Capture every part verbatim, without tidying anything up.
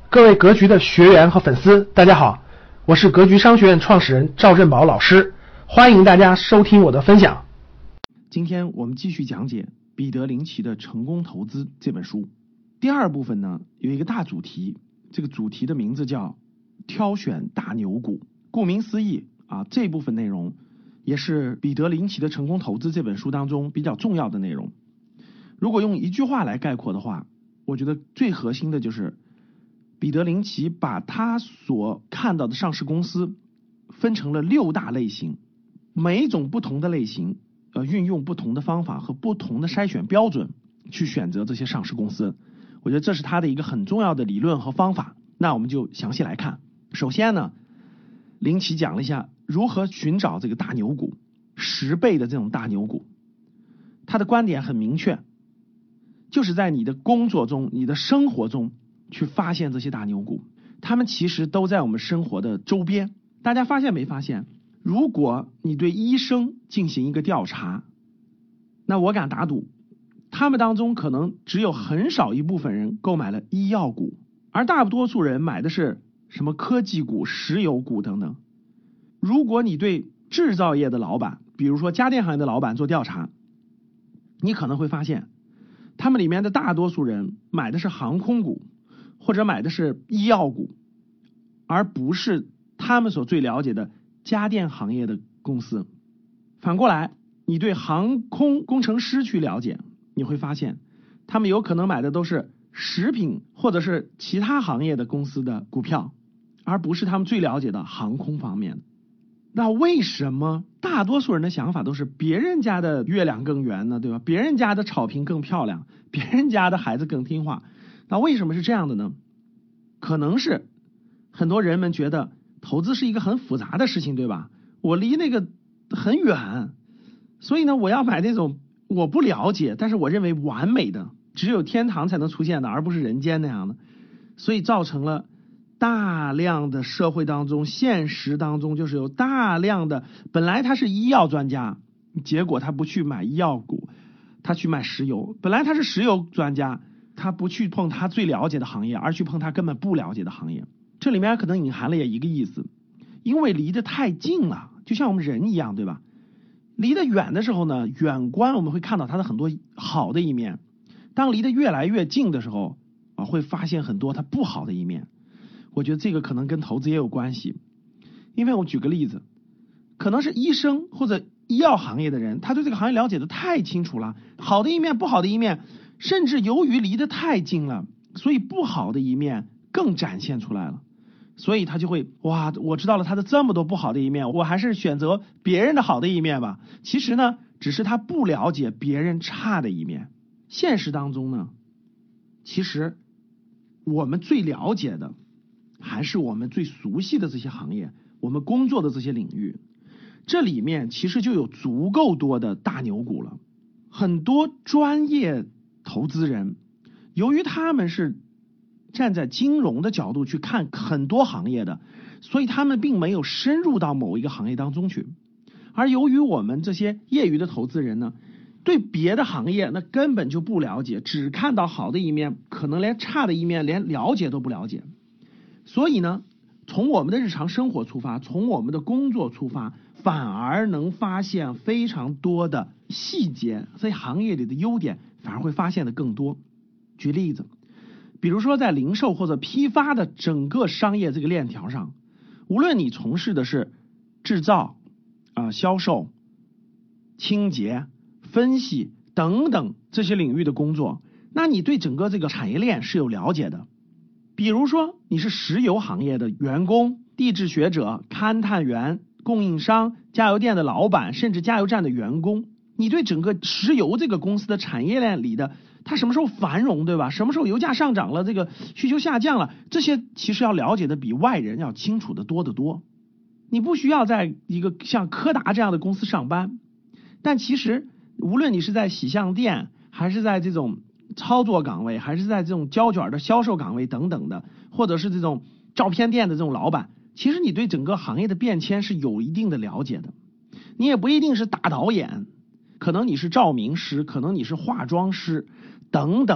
各位格局的学员和粉丝，大家好，我是格局商学院创始人赵振宝老师，欢迎大家收听我的分享。 今天我们继续讲解彼得林奇的成功投资这本书。第二部分呢，有一个大主题，这个主题的名字叫挑选大牛股。顾名思义啊，这部分内容也是彼得林奇的成功投资这本书当中比较重要的内容。如果用一句话来概括的话，我觉得最核心的就是彼得林奇把他所看到的上市公司分成了六大类型，每一种不同的类型呃，运用不同的方法和不同的筛选标准去选择这些上市公司。我觉得这是他的一个很重要的理论和方法。那我们就详细来看。首先呢，林奇讲了一下如何寻找这个大牛股，十倍的这种大牛股。他的观点很明确，就是在你的工作中、你的生活中去发现这些大牛股，他们其实都在我们生活的周边。大家发现没发现，如果你对医生进行一个调查，那我敢打赌他们当中可能只有很少一部分人购买了医药股，而大多数人买的是什么科技股、石油股等等。如果你对制造业的老板，比如说家电行业的老板做调查，你可能会发现他们里面的大多数人买的是航空股或者买的是医药股，而不是他们所最了解的家电行业的公司。反过来，你对航空工程师去了解，你会发现他们有可能买的都是食品或者是其他行业的公司的股票，而不是他们最了解的航空方面。那为什么大多数人的想法都是别人家的月亮更圆呢？对吧？别人家的草坪更漂亮，别人家的孩子更听话。那为什么是这样的呢？可能是很多人们觉得投资是一个很复杂的事情，对吧？我离那个很远，所以呢，我要买那种我不了解，但是我认为完美的，只有天堂才能出现的，而不是人间那样的，所以造成了大量的社会当中、现实当中，就是有大量的本来他是医药专家，结果他不去买医药股，他去买石油；本来他是石油专家，他不去碰他最了解的行业，而去碰他根本不了解的行业。这里面可能隐含了也一个意思，因为离得太近了，就像我们人一样，对吧？离得远的时候呢，远观我们会看到它的很多好的一面，当离得越来越近的时候啊，会发现很多它不好的一面。我觉得这个可能跟投资也有关系。因为我举个例子，可能是医生或者医药行业的人，他对这个行业了解的太清楚了，好的一面不好的一面，甚至由于离得太近了，所以不好的一面更展现出来了，所以他就会哇，我知道了他的这么多不好的一面，我还是选择别人的好的一面吧。其实呢，只是他不了解别人差的一面。现实当中呢，其实我们最了解的还是我们最熟悉的这些行业，我们工作的这些领域，这里面其实就有足够多的大牛股了。很多专业投资人，由于他们是站在金融的角度去看很多行业的，所以他们并没有深入到某一个行业当中去。而由于我们这些业余的投资人呢，对别的行业那根本就不了解，只看到好的一面，可能连差的一面连了解都不了解。所以呢，从我们的日常生活出发，从我们的工作出发，反而能发现非常多的细节，在行业里的优点反而会发现的更多。举例子，比如说在零售或者批发的整个商业这个链条上，无论你从事的是制造、呃、销售、清洁、分析等等这些领域的工作，那你对整个这个产业链是有了解的。比如说你是石油行业的员工、地质学者、勘探员、供应商、加油店的老板，甚至加油站的员工，你对整个石油这个公司的产业链里的它什么时候繁荣，对吧？什么时候油价上涨了，这个需求下降了，这些其实要了解的比外人要清楚的多得多。你不需要在一个像柯达这样的公司上班，但其实无论你是在洗相店，还是在这种操作岗位，还是在这种胶卷的销售岗位等等的，或者是这种照片店的这种老板，其实你对整个行业的变迁是有一定的了解的。你也不一定是大导演，可能你是照明师，可能你是化妆师等等，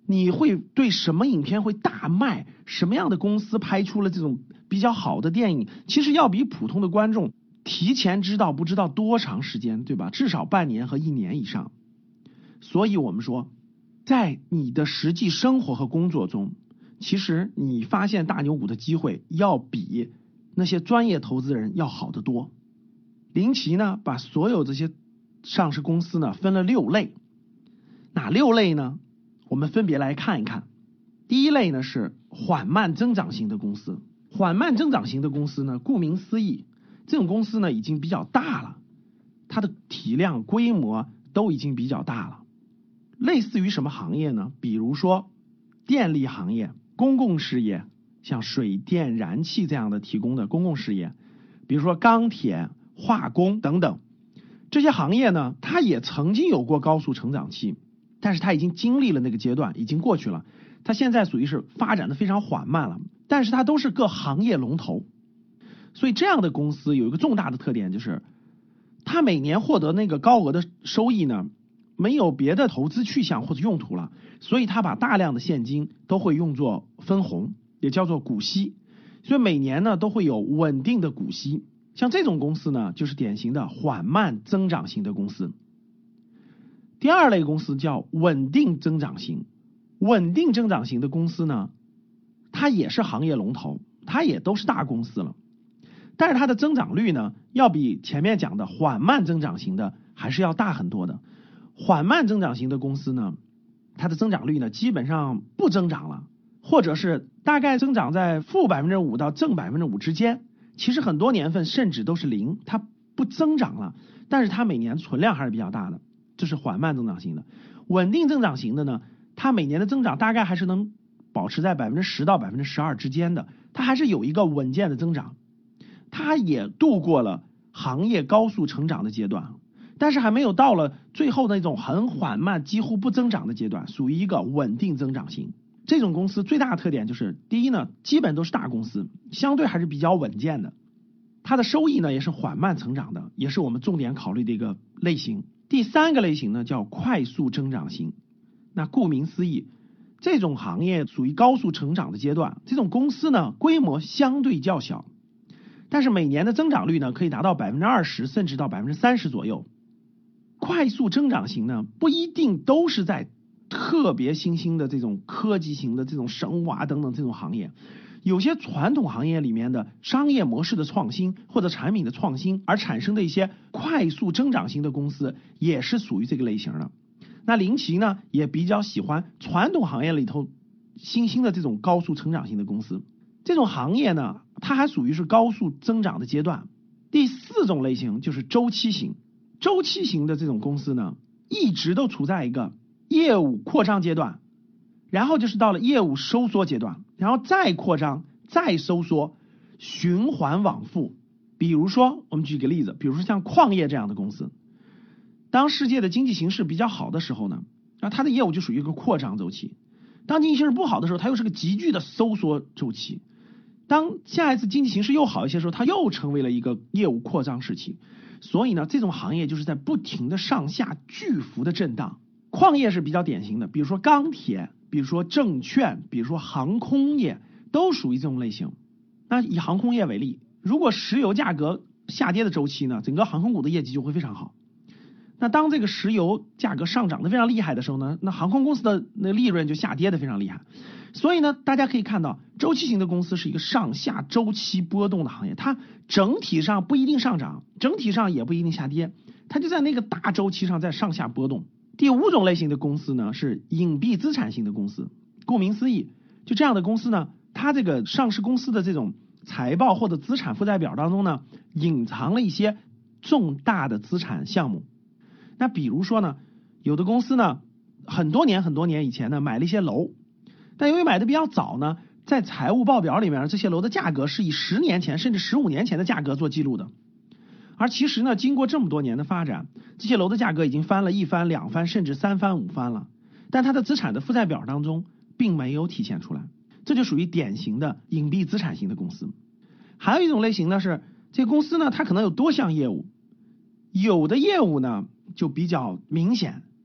你会对什么影片会大卖，什么样的公司拍出了这种比较好的电影，其实要比普通的观众提前知道不知道多长时间，对吧？至少半年和一年以上。所以我们说，在你的实际生活和工作中，其实你发现大牛股的机会要比那些专业投资人要好得多。林奇呢，把所有这些上市公司呢分了六类，哪六类呢？我们分别来看一看。第一类呢是缓慢增长型的公司。缓慢增长型的公司呢，顾名思义，这种公司呢已经比较大了，它的体量规模都已经比较大了。类似于什么行业呢？比如说电力行业、公共事业，像水电燃气这样的提供的公共事业，比如说钢铁、化工等等，这些行业呢，它也曾经有过高速成长期，但是它已经经历了那个阶段，已经过去了。它现在属于是发展的非常缓慢了，但是它都是各行业龙头。所以这样的公司有一个重大的特点，就是它每年获得那个高额的收益呢，没有别的投资去向或者用途了，所以它把大量的现金都会用作分红，也叫做股息，所以每年呢都会有稳定的股息。像这种公司呢，就是典型的缓慢增长型的公司。第二类公司叫稳定增长型。稳定增长型的公司呢，它也是行业龙头，它也都是大公司了，但是它的增长率呢，要比前面讲的缓慢增长型的还是要大很多的。缓慢增长型的公司呢，它的增长率呢基本上不增长了，或者是大概增长在负百分之五到正百分之五之间，其实很多年份甚至都是零，它不增长了，但是它每年存量还是比较大的，这是缓慢增长型的。稳定增长型的呢，它每年的增长大概还是能保持在百分之十到百分之十二之间的，它还是有一个稳健的增长，它也度过了行业高速成长的阶段，但是还没有到了最后那种很缓慢几乎不增长的阶段，属于一个稳定增长型。这种公司最大的特点就是，第一呢，基本都是大公司，相对还是比较稳健的，它的收益呢也是缓慢成长的，也是我们重点考虑的一个类型。第三个类型呢叫快速增长型。那顾名思义，这种行业属于高速成长的阶段，这种公司呢规模相对较小，但是每年的增长率呢可以达到百分之二十甚至到百分之三十左右。快速增长型呢不一定都是在特别新兴的这种科技型的这种生物啊等等这种行业，有些传统行业里面的商业模式的创新或者产品的创新而产生的一些快速增长型的公司也是属于这个类型的。那林奇呢也比较喜欢传统行业里头新兴的这种高速成长型的公司，这种行业呢它还属于是高速增长的阶段。第四种类型就是周期型。周期型的这种公司呢一直都处在一个业务扩张阶段，然后就是到了业务收缩阶段，然后再扩张再收缩，循环往复。比如说我们举个例子，比如说像矿业这样的公司，当世界的经济形势比较好的时候呢，啊，它的业务就属于一个扩张周期；当经济形势不好的时候，它又是个急剧的收缩周期；当下一次经济形势又好一些的时候，它又成为了一个业务扩张时期。所以呢，这种行业就是在不停的上下巨幅的震荡。矿业是比较典型的，比如说钢铁，比如说证券，比如说航空业，都属于这种类型。那以航空业为例，如果石油价格下跌的周期呢，整个航空股的业绩就会非常好。那当这个石油价格上涨的非常厉害的时候呢，那航空公司的那利润就下跌的非常厉害。所以呢，大家可以看到，周期型的公司是一个上下周期波动的行业，它整体上不一定上涨，整体上也不一定下跌，它就在那个大周期上在上下波动。第五种类型的公司呢是隐蔽资产型的公司。顾名思义，就这样的公司呢，它这个上市公司的这种财报或者资产负债表当中呢，隐藏了一些重大的资产项目。那比如说呢，有的公司呢，很多年很多年以前呢买了一些楼，但由于买的比较早呢，在财务报表里面这些楼的价格是以十年前甚至十五年前的价格做记录的。而其实呢，经过这么多年的发展，这些楼的价格已经翻了一番、两番，甚至三番、五番了，但它的资产的负债表当中并没有体现出来，这就属于典型的隐蔽资产型的公司。还有一种类型呢是，这个公司呢它可能有多项业务，有的业务呢就比较明显，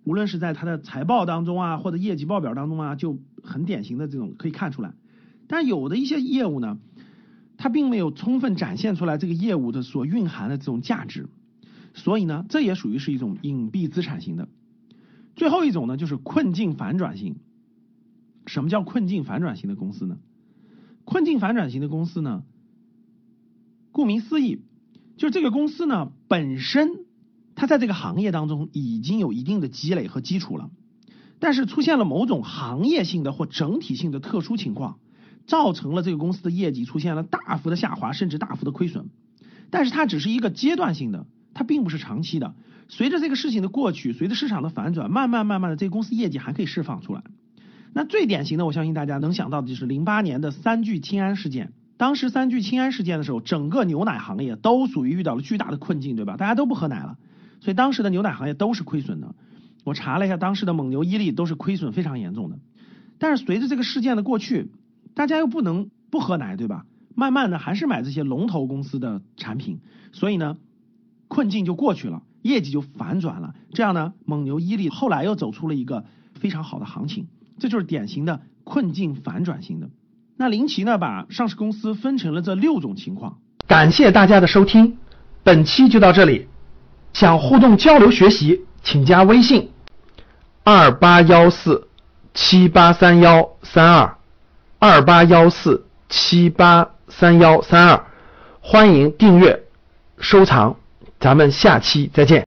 无论是在它的财报当中啊，或者业绩报表当中啊，就很典型的这种可以看出来。但有的一些业务呢，它并没有充分展现出来这个业务的所蕴含的这种价值，所以呢，这也属于是一种隐蔽资产型的。最后一种呢，就是困境反转型。什么叫困境反转型的公司呢？困境反转型的公司呢，顾名思义，就是这个公司呢本身它在这个行业当中已经有一定的积累和基础了，但是出现了某种行业性的或整体性的特殊情况，造成了这个公司的业绩出现了大幅的下滑，甚至大幅的亏损。但是它只是一个阶段性的，它并不是长期的。随着这个事情的过去，随着市场的反转，慢慢慢慢的这个公司业绩还可以释放出来。那最典型的，我相信大家能想到的就是零八年的三聚氰胺事件。当时三聚氰胺事件的时候，整个牛奶行业都属于遇到了巨大的困境，对吧？大家都不喝奶了，所以当时的牛奶行业都是亏损的。我查了一下，当时的蒙牛、伊利都是亏损非常严重的。但是随着这个事件的过去，大家又不能不喝奶，对吧？慢慢的还是买这些龙头公司的产品，所以呢，困境就过去了，业绩就反转了。这样呢，蒙牛、伊利后来又走出了一个非常好的行情，这就是典型的困境反转型的。那林奇呢，把上市公司分成了这六种情况。 感谢大家的收听，本期就到这里。想互动交流学习，请加微信二八幺四七八三幺三二二八幺四七八三幺三二，欢迎订阅收藏，咱们下期再见。